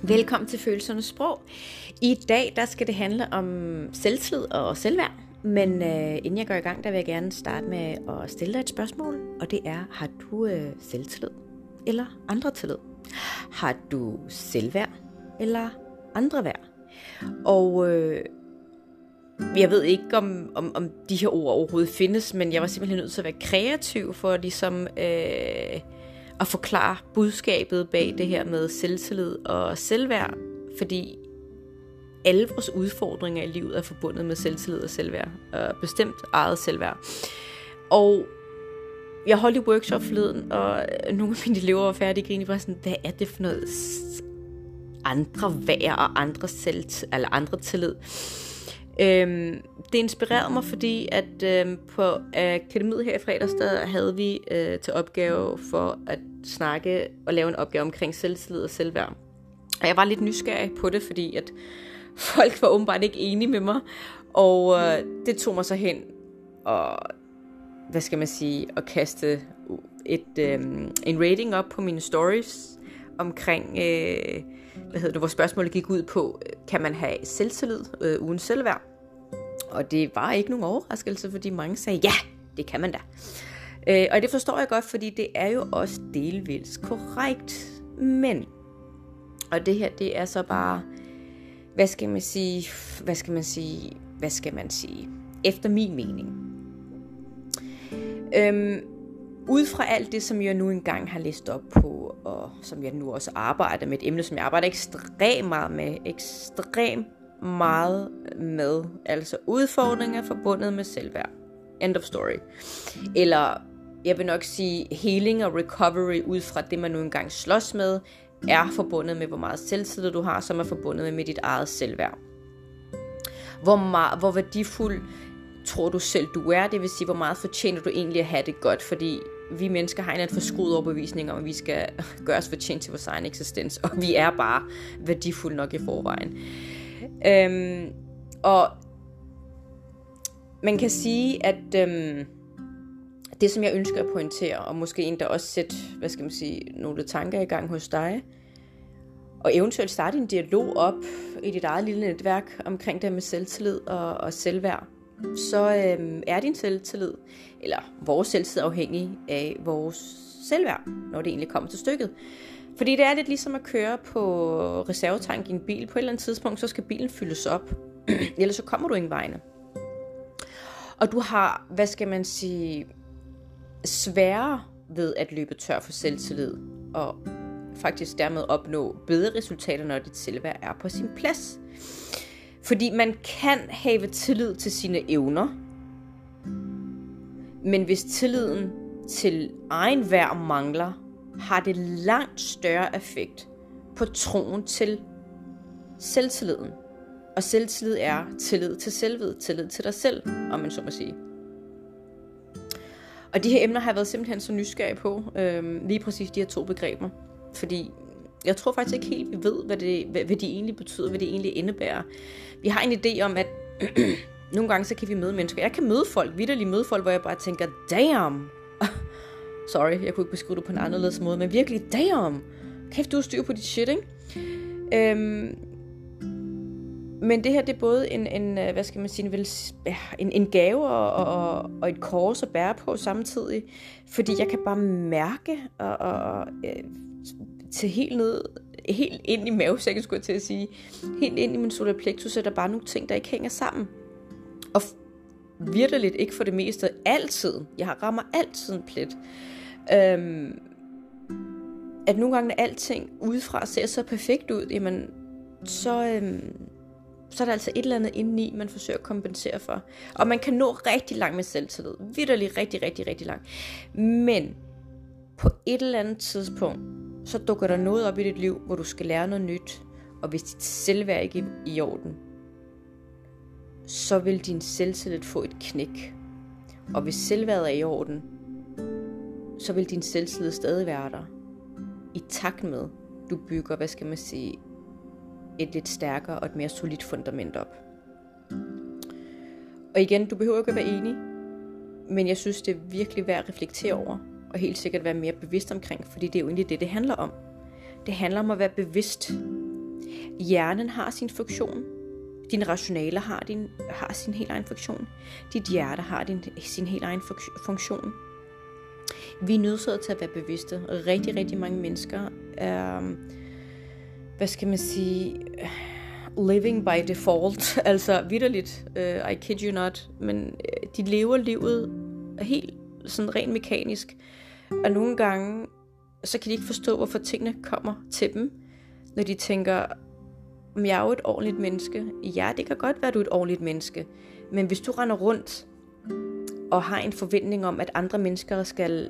Velkommen til Følelsernes Sprog. I dag der skal det handle om selvtillid og selvværd. Men inden jeg går i gang, der vil jeg gerne starte med at stille dig et spørgsmål. Og det er, har du selvtillid eller andre tillid? Har du selvværd eller andre værd? Og jeg ved ikke, om de her ord overhovedet findes, men jeg var simpelthen nødt til at være kreativ for ligesom at forklare budskabet bag det her med selvtillid og selvværd, fordi alle vores udfordringer i livet er forbundet med selvtillid og selvværd, og bestemt eget selvværd. Og jeg holdt i workshop forleden, og nogle af mine elever var færdige grin, var sådan, hvad er det for noget andre værd og andre tillid? Det inspirerede mig, fordi at på akademiet her i fredags, der havde vi til opgave for at snakke og lave en opgave omkring selvtillid og selvværd. Og jeg var lidt nysgerrig på det, fordi at folk var åbenbart ikke enige med mig, og det tog mig så hen og, at kaste en rating op på mine stories omkring, hvor spørgsmålet gik ud på, kan man have selvtillid uden selvværd? Og det var ikke nogen overraskelse, fordi mange sagde, ja, det kan man da. Og det forstår jeg godt, fordi det er jo også delvis korrekt. Men, og det her, det er så bare, hvad skal man sige, efter min mening. Ud fra alt det, som jeg nu engang har læst op på, og som jeg nu også arbejder med, et emne, som jeg arbejder ekstremt meget med, altså udfordringer forbundet med selvværd. End of story. Eller jeg vil nok sige, healing og recovery ud fra det, man nu engang slås med, er forbundet med, hvor meget selvtillid du har, som er forbundet med dit eget selvværd. Hvor værdifuld tror du selv du er, det vil sige, hvor meget fortjener du egentlig at have det godt, fordi vi mennesker har en eller anden forskruet overbevisning om, at vi skal gøre os fortjent til vores egen eksistens, og vi er bare værdifulde nok i forvejen. Og man kan sige, at det, som jeg ønsker at pointere, og måske endda også sætte, nogle tanker i gang hos dig, og eventuelt starte en dialog op i dit eget lille netværk omkring det med selvtillid og selvværd, så er din selvtillid, eller vores selvtillid, afhængig af vores selvværd, når det egentlig kommer til stykket. Fordi det er lidt ligesom at køre på reservetank i en bil. På et eller andet tidspunkt, så skal bilen fyldes op, ellers så kommer du ingen vegne. Og du har, sværere ved at løbe tør for selvtillid, og faktisk dermed opnå bedre resultater, når dit selvværd er på sin plads. Fordi man kan have tillid til sine evner, men hvis tilliden til egen værd mangler, har det langt større effekt på troen til selvtilliden. Og selvtillid er tillid til selvet, tillid til dig selv, om man så må sige. Og de her emner har jeg været simpelthen så nysgerrig på, lige præcis de her to begreber. Fordi jeg tror faktisk ikke helt, vi ved, hvad de egentlig betyder, hvad det egentlig indebærer. Vi har en idé om, at nogle gange så kan vi møde mennesker. Jeg kan vitterligt møde folk, hvor jeg bare tænker, damn! Sorry, jeg kunne ikke beskrive det på en anderledes måde, men virkelig, damn! Kæft, du har styr på dit shit, ikke? Men det her, det er både en gave og et kors at bære på samtidig. Fordi jeg kan bare mærke til helt ind i mavesækken, skulle jeg til at sige, helt ind i min solar plexus, er der bare nogle ting, der ikke hænger sammen. Og vitterligt ikke for det meste altid. Jeg rammer altid en plet. At nogle gange, når alting udefra ser så perfekt ud, jamen, så er der altså et eller andet indeni, man forsøger at kompensere for. Og man kan nå rigtig langt med selvtillid. Vitterligt rigtig, rigtig, rigtig langt. Men på et eller andet tidspunkt, så dukker der noget op i dit liv, hvor du skal lære noget nyt. Og hvis dit selvværd ikke er i orden, så vil din selvtillid få et knæk. Og hvis selvværdet er i orden, så vil din selvtillid stadig være der. I takt med, du bygger, et lidt stærkere og et mere solidt fundament op. Og igen, du behøver ikke at være enig, men jeg synes, det er virkelig værd at reflektere over, og helt sikkert være mere bevidst omkring, fordi det er jo egentlig det handler om. Det handler om at være bevidst. Hjernen har sin funktion. Din rationale har sin helt egen funktion. Dit hjerte har sin helt egen funktion. Vi er nødsaget til at være bevidste. Rigtig, rigtig mange mennesker er, living by default. Altså vitterligt, I kid you not. Men de lever livet helt sådan rent mekanisk. Og nogle gange, så kan de ikke forstå, hvorfor tingene kommer til dem. Når de tænker, jeg er jo et ordentligt menneske. Ja, det kan godt være, du er et ordentligt menneske. Men hvis du render rundt og har en forventning om, at andre mennesker skal,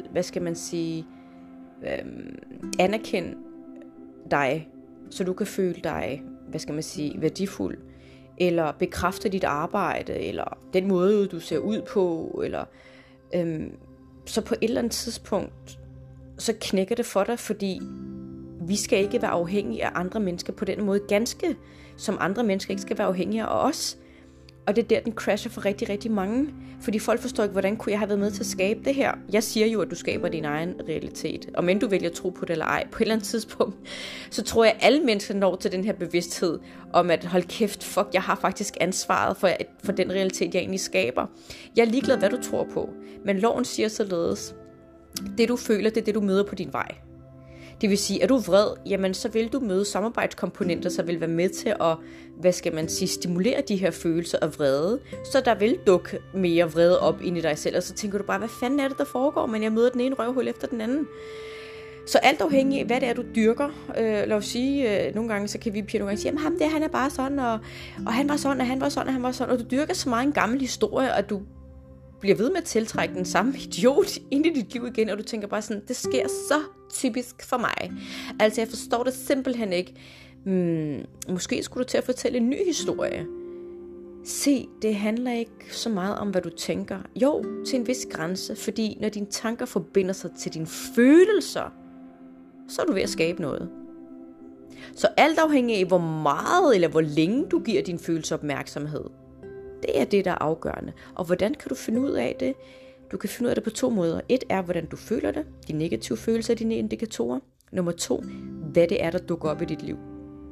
anerkende dig, så du kan føle dig, værdifuld, eller bekræfte dit arbejde, eller den måde, du ser ud på, eller så på et eller andet tidspunkt, så knækker det for dig, fordi vi skal ikke være afhængige af andre mennesker på den måde, ganske som andre mennesker ikke skal være afhængige af os. Og det er der, den crasher for rigtig, rigtig mange. Fordi folk forstår ikke, hvordan kunne jeg have været med til at skabe det her? Jeg siger jo, at du skaber din egen realitet. Og men du vælger at tro på det eller ej, på et eller andet tidspunkt, så tror jeg, at alle mennesker når til den her bevidsthed om, at hold kæft, jeg har faktisk ansvaret for den realitet, jeg egentlig skaber. Jeg er ligeglad, hvad du tror på. Men loven siger således, det du føler, det er det, du møder på din vej. Det vil sige, at du vred, jamen så vil du møde samarbejdskomponenter, så vil være med til at, stimulere de her følelser af vrede, så der vil dukke mere vrede op ind i dig selv, og så tænker du bare, hvad fanden er det, der foregår, men jeg møder den ene røvhul efter den anden. Så alt afhængig af, hvad det er, du dyrker, lad os sige, nogle gange, så kan vi nogle gange sige, jamen ham der, han er bare sådan, og han var sådan, og han var sådan, og han var sådan, og du dyrker så meget en gammel historie, at du bliver ved med at tiltrække den samme idiot ind i dit liv igen, og du tænker bare sådan, det sker så typisk for mig. Altså, jeg forstår det simpelthen ikke. Måske skulle du til at fortælle en ny historie. Se, det handler ikke så meget om, hvad du tænker. Jo, til en vis grænse, fordi når dine tanker forbinder sig til dine følelser, så er du ved at skabe noget. Så alt afhængig af, hvor meget eller hvor længe du giver din følelse opmærksomhed, det er det, der er afgørende. Og hvordan kan du finde ud af det? Du kan finde ud af det på 2 måder. 1 er, hvordan du føler det. De negative følelser er dine indikatorer. Nummer 2, hvad det er, der dukker op i dit liv.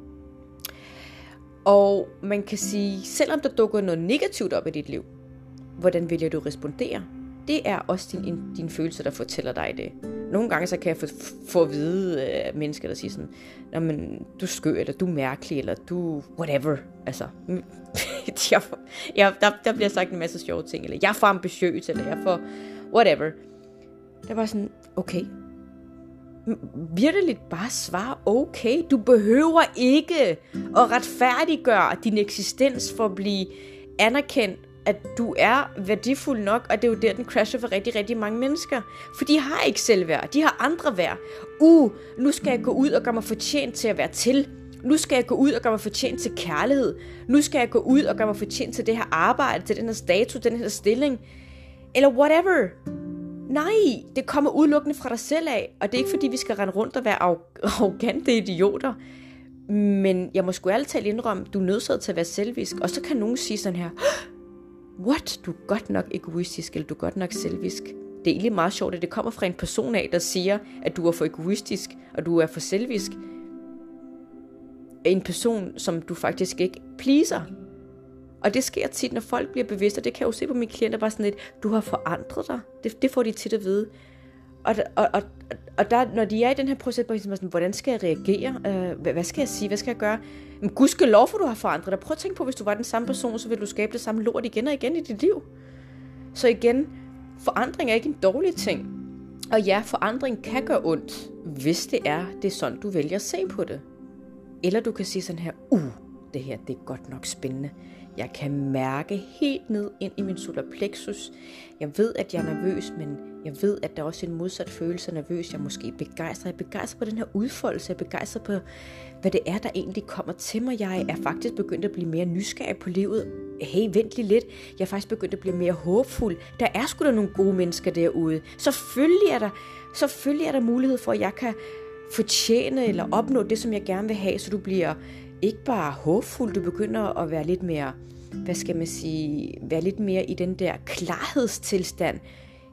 Og man kan sige, selvom der dukker noget negativt op i dit liv, hvordan vælger du at respondere? Det er også din følelse, der fortæller dig det. Nogle gange så kan jeg få at vide mennesker, der siger sådan, nå, men du er skør, eller du er mærkelig, eller du whatever. Altså, der bliver sagt en masse sjove ting, eller jeg er for ambitiøs, eller jeg er for whatever. Der var sådan, okay. Virkelig bare svare okay. Du behøver ikke at retfærdiggøre din eksistens for at blive anerkendt, at du er værdifuld nok, og det er jo der, den crasher for rigtig, rigtig mange mennesker. For de har ikke selvværd, de har andre værd. Nu skal jeg gå ud og gøre mig fortjent til at være til. Nu skal jeg gå ud og gøre mig fortjent til kærlighed. Nu skal jeg gå ud og gøre mig fortjent til det her arbejde, til den her status, den her stilling. Eller whatever. Nej, det kommer udelukkende fra dig selv af. Og det er ikke fordi, vi skal rende rundt og være arrogante idioter. Men jeg må sgu ærligt talt indrømme, du er nødsaget til at være selvisk. Og så kan nogen sige sådan her, what? Du er godt nok egoistisk, eller du er godt nok selvisk. Det er egentlig meget sjovt, at det kommer fra en person af, der siger, at du er for egoistisk, og du er for selvisk. En person, som du faktisk ikke pleaser. Og det sker tit, når folk bliver bevidste, og det kan jeg jo se på mine klienter, bare sådan lidt, du har forandret dig. Det får de tit at vide. Og der, når de er i den her proces, så sådan, hvordan skal jeg reagere? Hvad skal jeg sige? Hvad skal jeg gøre? Men gudskelov, for du har forandret dig. Prøv at tænke på, hvis du var den samme person, så ville du skabe det samme lort igen og igen i dit liv. Så igen, forandring er ikke en dårlig ting. Og ja, forandring kan gøre ondt, hvis det er sådan, du vælger at se på det. Eller du kan sige sådan her, det her, det er godt nok spændende. Jeg kan mærke helt ned ind i min solar plexus. Jeg ved, at jeg er nervøs, men jeg ved, at der er også en modsat følelse af nervøs. Jeg er måske begejstret. Jeg er begejstret på den her udfoldelse. Jeg er begejstret på, hvad det er, der egentlig kommer til mig. Jeg er faktisk begyndt at blive mere nysgerrig på livet. Hey, vent lige lidt. Jeg er faktisk begyndt at blive mere håbfuld. Der er sgu da nogle gode mennesker derude. Selvfølgelig er der mulighed for, at jeg kan fortjene eller opnå det, som jeg gerne vil have, så du bliver ikke bare håbfuld, du begynder at være lidt mere, være lidt mere i den der klarhedstilstand.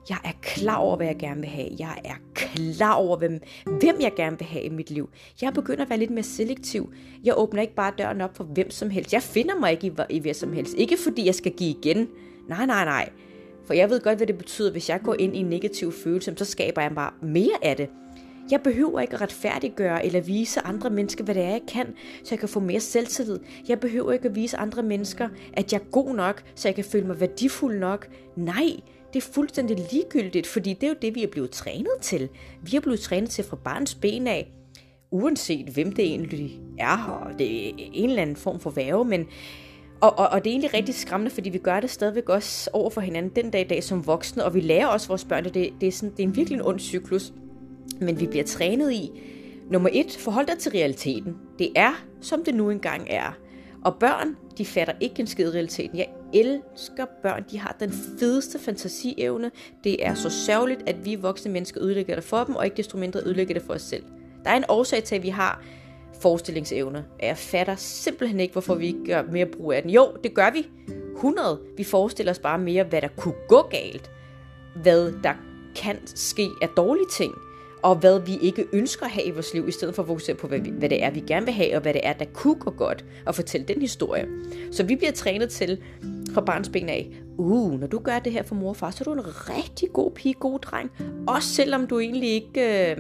Jeg er klar over, hvad jeg gerne vil have. Jeg er klar over, hvem jeg gerne vil have i mit liv. Jeg begynder at være lidt mere selektiv. Jeg åbner ikke bare døren op for hvem som helst. Jeg finder mig ikke i hvad som helst. Ikke fordi jeg skal give igen. Nej. For jeg ved godt, hvad det betyder, hvis jeg går ind i en negativ følelse, så skaber jeg bare mere af det. Jeg behøver ikke at retfærdiggøre eller vise andre mennesker, hvad det er, jeg kan, så jeg kan få mere selvtillid. Jeg behøver ikke at vise andre mennesker, at jeg er god nok, så jeg kan føle mig værdifuld nok. Nej, det er fuldstændig ligegyldigt, fordi det er jo det, vi er blevet trænet til. Vi er blevet trænet til fra barns ben af, uanset hvem det egentlig er, og det er en eller anden form for værge, men og det er egentlig rigtig skræmmende, fordi vi gør det stadigvæk også over for hinanden den dag i dag som voksne, og vi lærer også vores børn, det er en virkelig en ond cyklus. Men vi bliver trænet i, nummer 1, forhold dig til realiteten. Det er, som det nu engang er. Og børn, de fatter ikke en skid i realiteten. Jeg elsker børn, de har den fedeste fantasievne. Det er så sørgeligt, at vi voksne mennesker ødelægger det for dem, og ikke desto mindre ødelægger det for os selv. Der er en årsag til, at vi har forestillingsevne. Jeg fatter simpelthen ikke, hvorfor vi ikke gør mere brug af den. Jo, det gør vi. 100. Vi forestiller os bare mere, hvad der kunne gå galt. Hvad der kan ske af dårlige ting. Og hvad vi ikke ønsker at have i vores liv, i stedet for at fokusere på, hvad det er, vi gerne vil have, og hvad det er, der kunne gå godt, og fortælle den historie. Så vi bliver trænet til fra barnsben af, når du gør det her for mor og far, så er du en rigtig god pige, god dreng. Også selvom du egentlig ikke,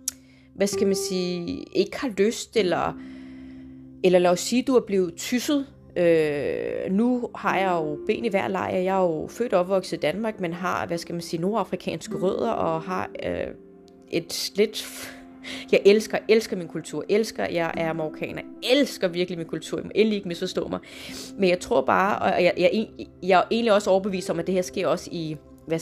ikke har lyst, eller lad os sige, du er blevet tysset. Nu har jeg jo ben i hver lejr. Jeg er jo født og opvokset i Danmark, men har, nordafrikanske rødder, og har jeg elsker min kultur, jeg er marokkaner, elsker virkelig min kultur, jeg må endelig ikke misforstå mig, men jeg tror bare, og jeg er egentlig også overbevist om, at det her sker også i,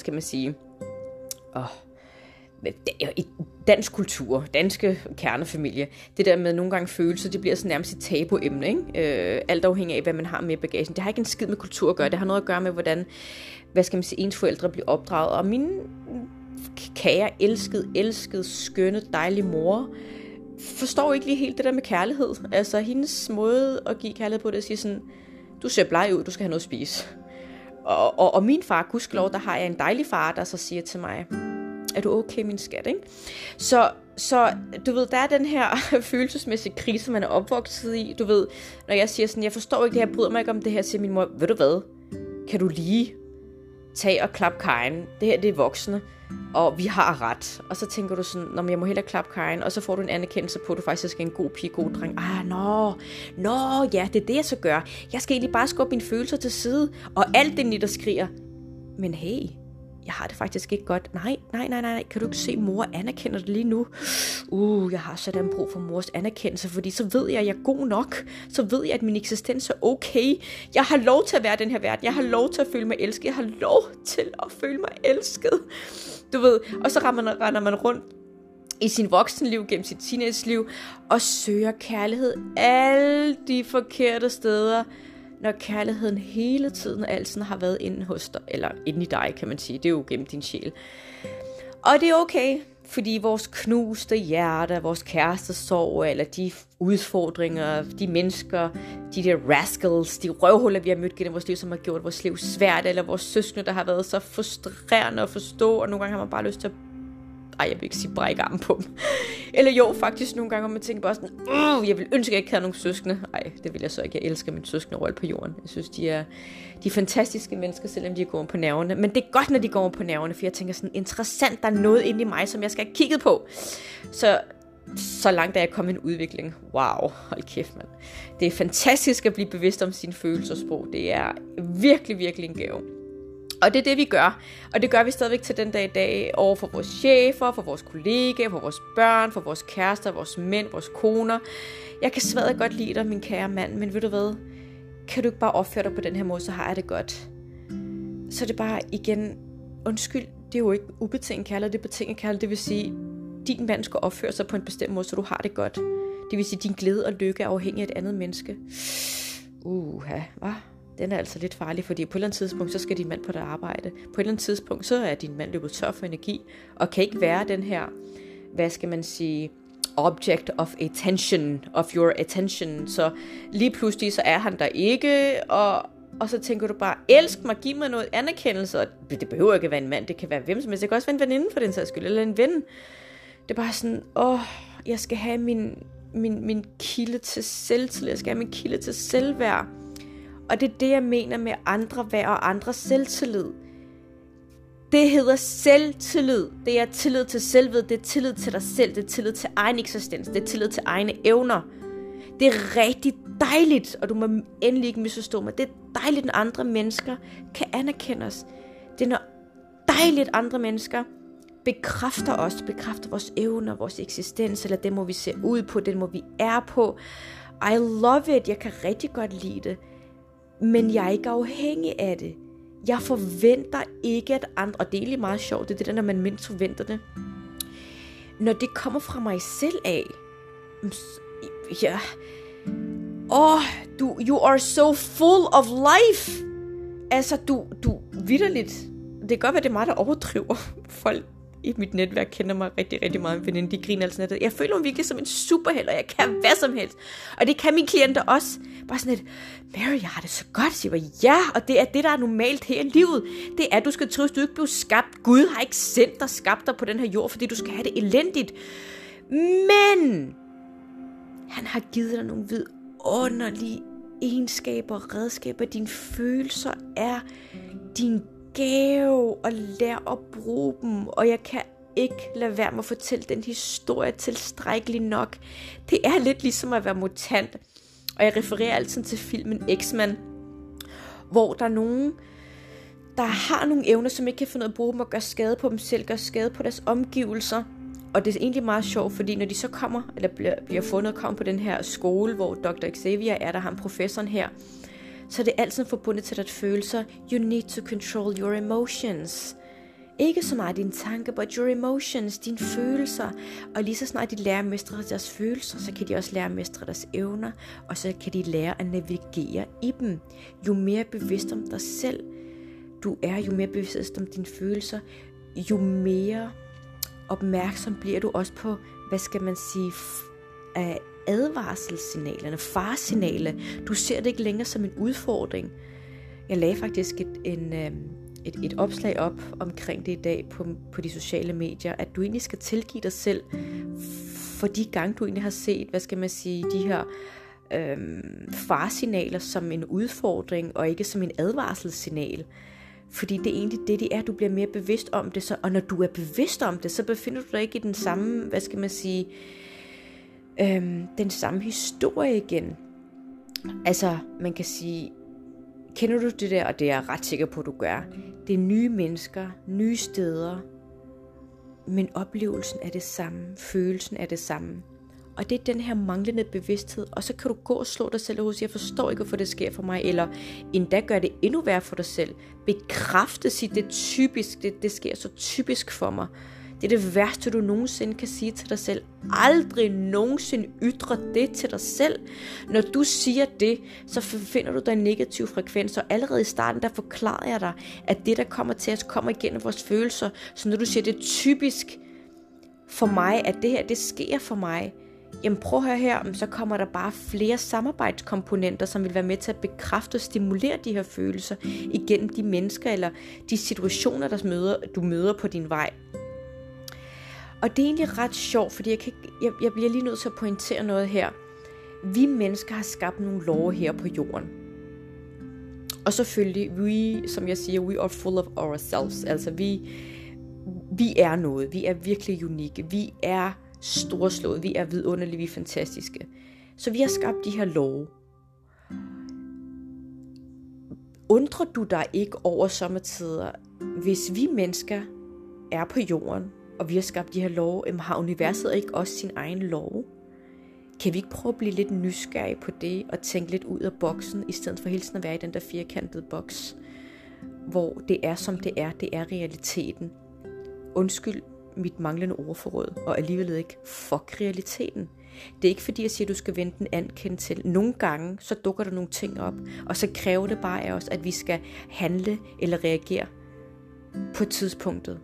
i dansk kultur, danske kernefamilie, det der med nogle gange følelser, det bliver sådan nærmest et tabuemne, ikke? Alt afhængig af, hvad man har med i bagagen. Det har ikke en skid med kultur at gøre, det har noget at gøre med, hvordan, ens forældre bliver opdraget, og mine kære, elskede, skønne, dejlige mor forstår ikke lige helt det der med kærlighed. Altså hendes måde at give kærlighed på det, at sige sådan, du ser bleg ud, du skal have noget at spise. Og min far, gudskelov, der har jeg en dejlig far, der så siger til mig, er du okay, min skat, ikke? Så du ved, der er den her følelsesmæssige krise, man er opvokset i. Du ved, når jeg siger sådan, jeg forstår ikke det her, bryder mig ikke om det her, siger min mor, ved du hvad, kan du lige tage og klap kajen, det her det er voksne, og vi har ret. Og så tænker du sådan, jeg må hellere klappe kajen, og så får du en anerkendelse på, at du faktisk er en god pige, god dreng. Ja, det er det, jeg så gør. Jeg skal egentlig bare skubbe mine følelser til side, og alt det nitter skriger. Men hey, jeg har det faktisk ikke godt. Nej. Kan du ikke se, mor anerkender det lige nu? Jeg har sådan brug for mors anerkendelse, fordi så ved jeg, at jeg er god nok. Så ved jeg, at min eksistens er okay. Jeg har lov til at være i den her verden. Jeg har lov til at føle mig elsket. Jeg har lov til at føle mig elsket. Du ved, og så render man rundt i sin voksenliv, gennem sit teenage-liv, og søger kærlighed alle de forkerte steder, når kærligheden hele tiden altid har været inde hos dig, eller inde i dig, kan man sige. Det er jo gennem din sjæl. Og det er okay, fordi vores knuste hjerter, vores kærestesorg, eller de udfordringer, de mennesker, de der rascals, de røvhuller, vi har mødt gennem vores liv, som har gjort vores liv svært, eller vores søskende, der har været så frustrerende at forstå, og nogle gange har man bare lyst til at jeg vil ikke sige brække armen på dem. Eller jo, faktisk nogle gange, hvor man tænker bare sådan, jeg vil ønske, at jeg ikke havde nogen søskende. Det vil jeg så ikke. Jeg elsker mine søskende overalt på jorden. Jeg synes, de er fantastiske mennesker, selvom de går på nerverne. Men det er godt, når de går på nerverne, for jeg tænker sådan, interessant, der er noget inde i mig, som jeg skal have kigget på. Så langt er jeg kommet en udvikling. Wow, hold kæft, mand. Det er fantastisk at blive bevidst om sine følelsesprog. Det er virkelig, virkelig en gave. Og det er det, vi gør. Og det gør vi stadigvæk til den dag i dag over for vores chefer, for vores kollegaer, for vores børn, for vores kærester, vores mænd, vores koner. Jeg kan svært godt lide dig, min kære mand, men ved du hvad? Kan du ikke bare opføre dig på den her måde, så har jeg det godt. Så er det bare igen, undskyld, det er jo ikke ubetinget kærlighed, det er betinget kærlighed. Det vil sige, din mand skal opføre sig på en bestemt måde, så du har det godt. Det vil sige, din glæde og lykke er afhængig af et andet menneske. Hvad? Den er altså lidt farlig, fordi på et eller andet tidspunkt, så skal din mand på det arbejde. På et eller andet tidspunkt, så er din mand løbet tør for energi, og kan ikke være den her, object of attention, of your attention. Så lige pludselig, så er han der ikke, og så tænker du bare, elsk mig, giv mig noget anerkendelse, og det behøver ikke at være en mand, det kan være hvem som helst, det kan også være en veninde for den sags skyld, eller en ven. Det er bare sådan, jeg skal have min kilde til selvtillid, jeg skal have min kilde til selvværd, og det er det, jeg mener med andre værd og andres selvtillid. Det hedder selvtillid. Det er tillid til selvved. Det er tillid til dig selv. Det er tillid til egen eksistens. Det er tillid til egne evner. Det er rigtig dejligt, og du må endelig ikke misforstå mig. Det er dejligt, når andre mennesker kan anerkende os. Det er dejligt, at andre mennesker bekræfter os, bekræfter vores evner, vores eksistens, eller det må vi se ud på, det må vi er på. I love it. Jeg kan rigtig godt lide det. Men jeg er ikke afhængig af det. Jeg forventer ikke, at andre, og det er egentlig meget sjovt, det er det der, når man mindst forventer det. Når det kommer fra mig selv af, ja, you are so full of life. Altså, du vitterligt, det kan godt være, det er mig, der overdriver. Folk i mit netværk kender mig rigtig, rigtig meget. Veninde, de griner altså sådan. Jeg føler mig virkelig som en superhelt, og jeg kan hvad som helst. Og det kan mine klienter også. Bare sådan et, Mary, jeg har det så godt, siger jeg. Ja, og det er det, der er normalt her i livet. Det er, at du skal trives, du ikke blev skabt. Gud har ikke sendt dig, skabt dig på den her jord, fordi du skal have det elendigt. Men han har givet dig nogle vidunderlige egenskaber og redskaber. Dine følelser er din gave, og lær at bruge dem, og jeg kan ikke lade være med at fortælle den historie tilstrækkeligt nok. Det er lidt ligesom at være mutant, og jeg refererer altid til filmen X-Men, hvor der er nogen, der har nogle evner, som ikke kan finde ud af at bruge dem og gøre skade på dem selv, gøre skade på deres omgivelser. Og det er egentlig meget sjovt, fordi når de så kommer, eller bliver fundet og kommer på den her skole, hvor Dr. Xavier er, der har professoren her, så er det altid forbundet til at følelser. You need to control your emotions. Ikke så meget dine tanker, but your emotions, dine følelser. Og lige så snart de lærer at mestre deres følelser, så kan de også lære at mestre deres evner, og så kan de lære at navigere i dem. Jo mere bevidst om dig selv du er, jo mere bevidst om dine følelser, jo mere opmærksom bliver du også på, hvad skal man sige, advarselssignalerne, faresignaler. Du ser det ikke længere som en udfordring. Jeg lagde faktisk et opslag op omkring det i dag på de sociale medier, at du egentlig skal tilgive dig selv for de gange, du egentlig har set, hvad skal man sige, de her faresignaler som en udfordring, og ikke som en advarselssignal. Fordi det er egentlig det, de er. Du bliver mere bevidst om det, så, og når du er bevidst om det, så befinder du dig ikke i den samme, hvad skal man sige, den samme historie igen. Altså, man kan sige, kender du det der, og det er jeg ret sikker på, at du gør. Det er nye mennesker, nye steder, men oplevelsen er det samme, følelsen er det samme. Og det er den her manglende bevidsthed, og så kan du gå og slå dig selv og sige, jeg forstår ikke, hvorfor det sker for mig, eller endda gør det endnu værre for dig selv. Bekræfte sig, det er typisk, det sker så typisk for mig. Det er det værste, du nogensinde kan sige til dig selv. Aldrig nogensinde ytre det til dig selv. Når du siger det, så finder du dig en negativ frekvens, og allerede i starten, der forklarer jeg dig, at det, der kommer til os, kommer igennem vores følelser. Så når du siger, det er typisk for mig, at det her, det sker for mig, jamen prøv at høre her, så kommer der bare flere samarbejdskomponenter, som vil være med til at bekræfte og stimulere de her følelser igennem de mennesker eller de situationer, du møder på din vej. Og det er egentlig ret sjovt, fordi jeg bliver lige nødt til at pointere noget her. Vi mennesker har skabt nogle love her på jorden. Og selvfølgelig, som jeg siger, we are full of ourselves. Altså vi er noget. Vi er virkelig unikke. Vi er storslået. Vi er vidunderlige. Vi er fantastiske. Så vi har skabt de her love. Undrer du dig ikke over sommetider, hvis vi mennesker er på jorden, og vi har skabt de her love, har universet ikke også sin egen love? Kan vi ikke prøve at blive lidt nysgerrige på det, og tænke lidt ud af boksen, i stedet for hele tiden at være i den der firkantede boks, hvor det er som det er realiteten. Undskyld mit manglende ordforråd, og alligevel ikke, fuck realiteten. Det er ikke fordi, jeg siger, at du skal vente en anden til. Nogle gange, så dukker der nogle ting op, og så kræver det bare af os, at vi skal handle eller reagere på tidspunktet.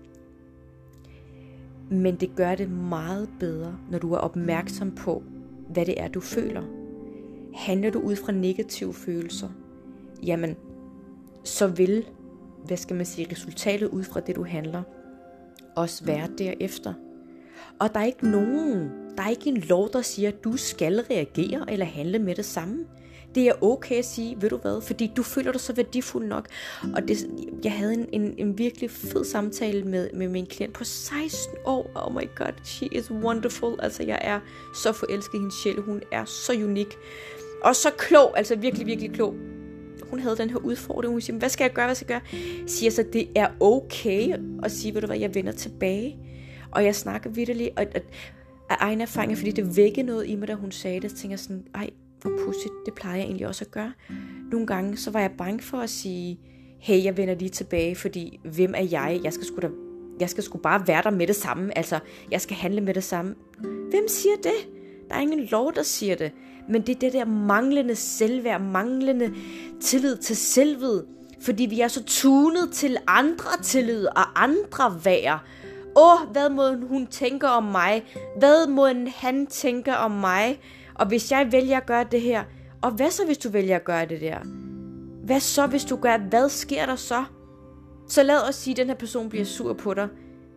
Men det gør det meget bedre, når du er opmærksom på, hvad det er, du føler. Handler du ud fra negative følelser, jamen, så vil, resultatet ud fra det, du handler, også være derefter. Og der er ikke en lov, der siger, at du skal reagere eller handle med det samme. Det er okay at sige, ved du hvad, fordi du føler dig så værdifuld nok. Og jeg havde en virkelig fed samtale med min klient på 16 år. Oh my god, she is wonderful. Altså jeg er så forelsket i hendes sjæl. Hun er så unik. Og så klog, altså virkelig, virkelig klog. Hun havde den her udfordring. Hun siger, hvad skal jeg gøre? Siger så, det er okay at sige, ved du hvad, jeg vender tilbage. Og jeg snakker vitterligt af egen erfaring, fordi det vækkede noget i mig, da hun sagde det. Så tænker jeg sådan, ej, hvor pudsigt, det plejer jeg egentlig også at gøre. Nogle gange, så var jeg bange for at sige, hey, jeg vender lige tilbage, fordi hvem er jeg? Jeg skal sgu bare være der med det samme. Altså, jeg skal handle med det samme. Hvem siger det? Der er ingen lov, der siger det. Men det er det der manglende selvværd, manglende tillid til selvet. Fordi vi er så tunet til andre tillid og andre værd. Hvad må hun tænke om mig? Hvad må han tænke om mig? Og hvis jeg vælger at gøre det her, og hvad så hvis du vælger at gøre det der? Hvad så hvis du gør, hvad sker der så? Så lad os sige, at den her person bliver sur på dig.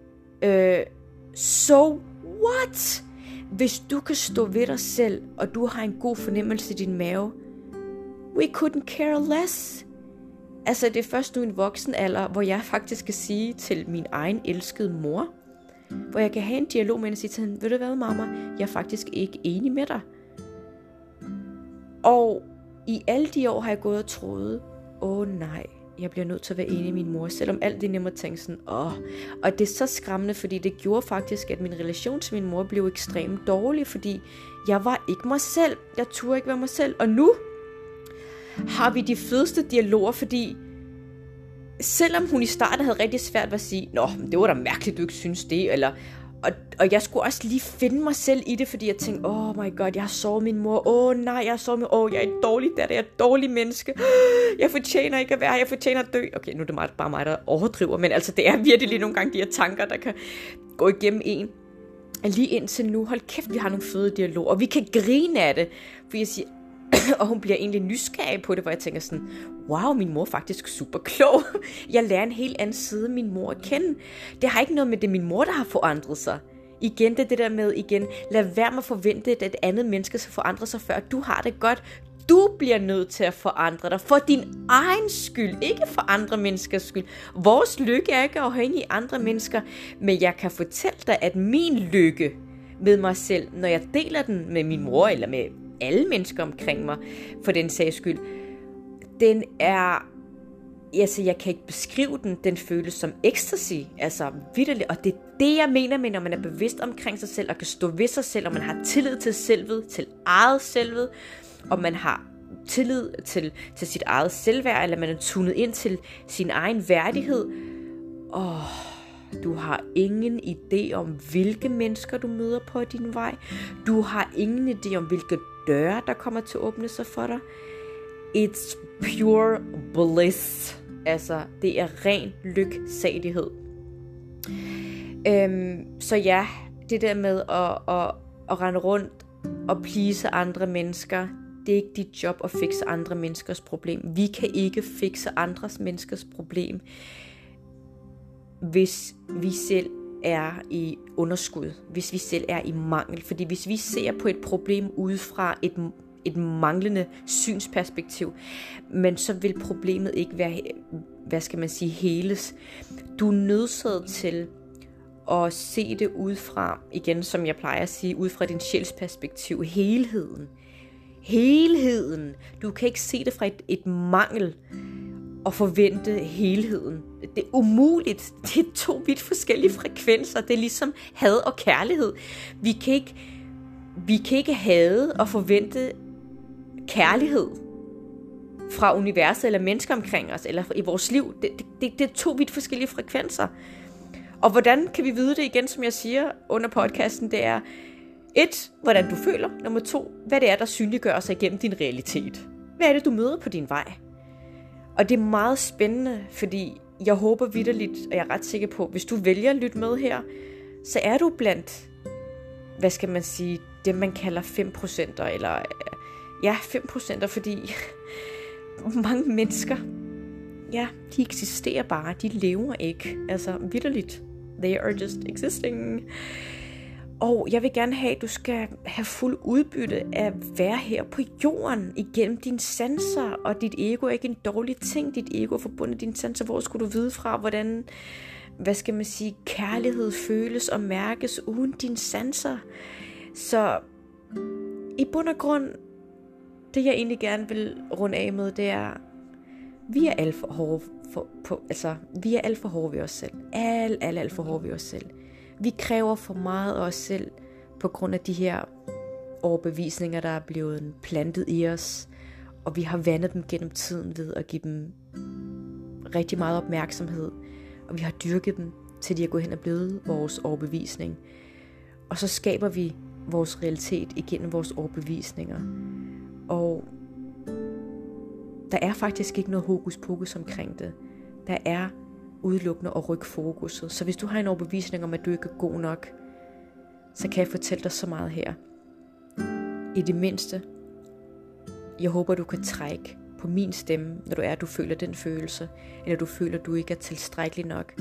So what? Hvis du kan stå ved dig selv, og du har en god fornemmelse i din mave, we couldn't care less. Altså det er først nu en voksen alder, hvor jeg faktisk kan sige til min egen elskede mor, hvor jeg kan have en dialog med hende og sige til hende, ved du hvad mamma, jeg er faktisk ikke enig med dig. Og i alle de år har jeg gået og troet, nej, jeg bliver nødt til at være enig med min mor, selvom alt det er nemmere at tænke sådan, Og det er så skræmmende, fordi det gjorde faktisk, at min relation til min mor blev ekstremt dårlig, fordi jeg var ikke mig selv. Jeg turde ikke være mig selv. Og nu har vi de fedeste dialoger, fordi selvom hun i starten havde rigtig svært ved at sige, det var da mærkeligt, du ikke synes det, eller... Og jeg skulle også lige finde mig selv i det, fordi jeg tænkte, oh my god, jeg har såret min mor. Nej, jeg har såret min mor. Jeg er en dårlig datter, jeg er et dårligt menneske. Jeg fortjener ikke at være her, jeg fortjener at dø. Okay, nu er det bare mig, der overdriver, men altså det er virkelig nogle gange de her tanker, der kan gå igennem en. Lige indtil nu, hold kæft, vi har nogle fede dialoger, og vi kan grine af det, for jeg siger, og hun bliver egentlig nysgerrig på det, hvor jeg tænker sådan, wow, min mor er faktisk super klog. Jeg lærer en helt anden side af min mor at kende. Det har ikke noget med det, min mor, der har forandret sig. Igen, det der med, lad være med at forvente, at et andet menneske skal forandre sig, før du har det godt. Du bliver nødt til at forandre dig for din egen skyld, ikke for andre menneskers skyld. Vores lykke er ikke afhængig af andre mennesker, men jeg kan fortælle dig, at min lykke med mig selv, når jeg deler den med min mor, eller med alle mennesker omkring mig, for den sags skyld, den er, altså jeg kan ikke beskrive den føles som ecstasy, altså vitterligt, og det er det, jeg mener med, når man er bevidst omkring sig selv, og kan stå ved sig selv, og man har tillid til selvet, til eget selvet, og man har tillid til sit eget selvværd, eller man er tunet ind til sin egen værdighed. Du har ingen idé om, hvilke mennesker du møder på din vej. Du har ingen idé om, hvilke døre, der kommer til at åbne sig for dig. It's pure bliss. Altså, det er ren lyksalighed. Så ja, det der med at rende rundt og please andre mennesker, det er ikke dit job at fikse andre menneskers problem. Vi kan ikke fikse andres menneskers problem, hvis vi selv er i underskud, hvis vi selv er i mangel. Fordi hvis vi ser på et problem udefra et manglende synsperspektiv, men så vil problemet ikke være, heles. Du er nødsaget til at se det udefra, igen som jeg plejer at sige, ud fra din sjælsperspektiv, helheden. Du kan ikke se det fra et mangel og forvente helheden. Det er umuligt. Det er 2 vidt forskellige frekvenser. Det er ligesom had og kærlighed. Vi kan ikke hade og forvente kærlighed fra universet eller mennesker omkring os, eller i vores liv. Det er 2 vidt forskellige frekvenser. Og hvordan kan vi vide det igen, som jeg siger under podcasten, det er 1, hvordan du føler. Nummer 2, hvad det er, der synliggør sig igennem din realitet. Hvad er det, du møder på din vej? Og det er meget spændende, fordi jeg håber vitterligt, og jeg er ret sikker på, hvis du vælger at lytte med her, så er du blandt, det man kalder 5%, eller 5%, fordi mange mennesker, ja, de eksisterer bare, de lever ikke. Altså vitterligt, they are just existing. Og jeg vil gerne have, at du skal have fuld udbytte af at være her på jorden igennem dine sanser, og dit ego er ikke en dårlig ting. Dit ego er forbundet med dine sanser. Hvor skulle du vide fra, hvordan, kærlighed føles og mærkes uden dine sanser? Så i bund og grund, det jeg egentlig gerne vil runde af med, det er, vi er alt for hårde vi er alt for hårde ved os selv. Alt for hårde ved os selv. Vi kræver for meget af os selv på grund af de her overbevisninger, der er blevet plantet i os, og vi har vandet dem gennem tiden ved at give dem rigtig meget opmærksomhed, og vi har dyrket dem, til de er gået hen og blevet vores overbevisning. Og så skaber vi vores realitet igennem vores overbevisninger. Og der er faktisk ikke noget hokus pokus omkring det. Der er udelukkende at rykke fokuset. Så hvis du har en overbevisning om, at du ikke er god nok, så kan jeg fortælle dig så meget her. I det mindste, jeg håber, du kan trække på min stemme, når du føler den følelse, eller du føler, at du ikke er tilstrækkelig nok.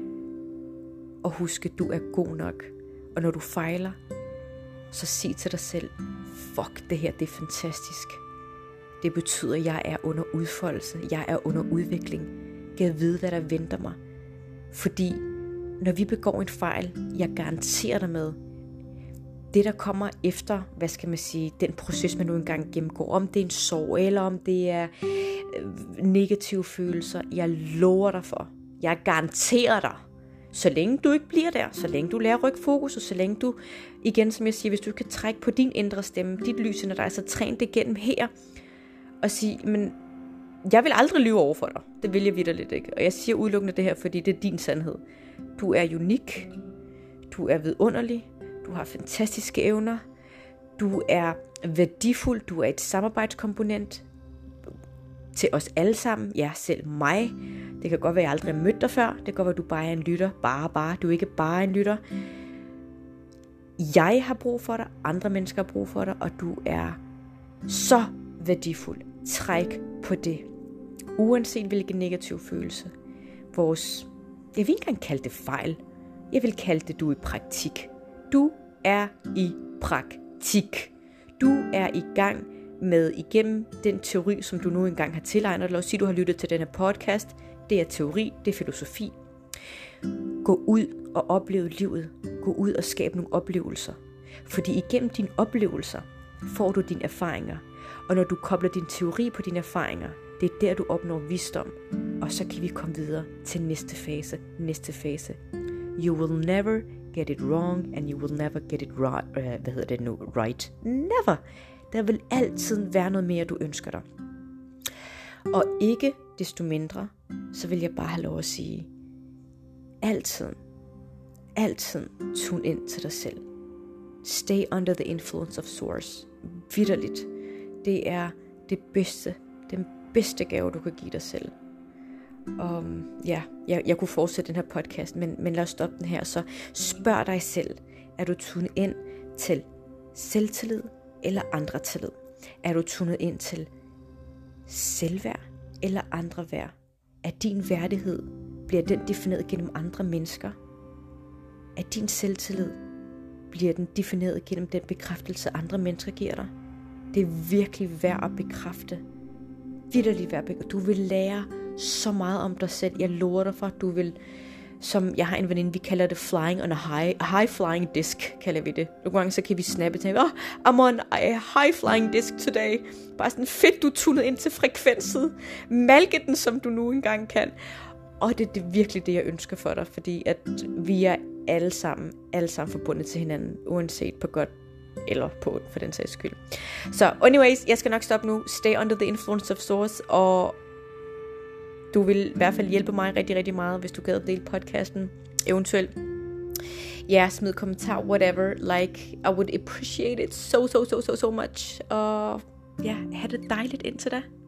Og husk, at du er god nok. Og når du fejler, så sig til dig selv, fuck, det her, det er fantastisk. Det betyder, at jeg er under udfoldelse, jeg er under udvikling. Jeg ved, hvad der venter mig. Fordi når vi begår en fejl, jeg garanterer dig med, det der kommer efter, den proces, man nu engang gennemgår, om det er en sorg, eller om det er negative følelser, jeg lover dig for, jeg garanterer dig, så længe du ikke bliver der, så længe du lærer at rykke fokus, og så længe du, igen som jeg siger, hvis du kan trække på din indre stemme, dit lys under dig, så træn det igennem her, og sige, men jeg vil aldrig lyve over for dig. Det vil jeg vitterligt ikke. Og jeg siger udelukkende det her, fordi det er din sandhed. Du er unik. Du er vidunderlig. Du har fantastiske evner. Du er værdifuld. Du er et samarbejdskomponent til os alle sammen. Ja, selv mig. Det kan godt være, at jeg aldrig har mødt dig før. Det kan godt være, at du bare er en lytter. Bare. Du er ikke bare en lytter. Jeg har brug for dig. Andre mennesker har brug for dig. Og du er så værdifuld. Træk på det. Uanset hvilken negativ følelse. Jeg vil ikke engang kalde det fejl. Jeg vil kalde det, du er i praktik. Du er i praktik. Du er i gang med igennem den teori, som du nu engang har tilegnet. Lad os sige, du har lyttet til denne podcast. Det er teori, det er filosofi. Gå ud og opleve livet. Gå ud og skabe nogle oplevelser. Fordi igennem dine oplevelser får du dine erfaringer. Og når du kobler din teori på dine erfaringer, det er der, du opnår visdom. Og så kan vi komme videre til næste fase. You will never get it wrong, and you will never get it right. Right. Never. Der vil altid være noget mere, du ønsker dig. Og ikke desto mindre, så vil jeg bare have lov at sige, altid tune ind til dig selv. Stay under the influence of source. Vitterligt. Det er den bedste gave, du kan give dig selv. Og ja, jeg kunne fortsætte den her podcast, men lad os stoppe den her. Så spørg dig selv, er du tunet ind til selvtillid eller andre tillid? Er du tunet ind til selvværd eller andre værd? Er din værdighed, bliver den defineret gennem andre mennesker? Er din selvtillid, bliver den defineret gennem den bekræftelse, andre mennesker giver dig? Det er virkelig værd at bekræfte. Vitterligt værd at bekræfte. Du vil lære så meget om dig selv. Jeg lover dig for, at du vil, som jeg har en veninde, vi kalder det flying on a high flying disc, kalder vi det. Nogle gange så kan vi snappe til, I'm on a high flying disc today. Bare sådan fedt, du er tunet ind til frekvensen. Malke den, som du nu engang kan. Og det er virkelig det, jeg ønsker for dig, fordi at vi er alle sammen forbundet til hinanden, uanset på godt eller på for den sags skyld. Så anyways, jeg skal nok stoppe nu. Stay under the influence of source, og du vil i hvert fald hjælpe mig rigtig, rigtig meget, hvis du gad dele podcasten, eventuelt. Ja, smid kommentar, whatever, like, I would appreciate it so much, og ja, have det dejligt indtil da.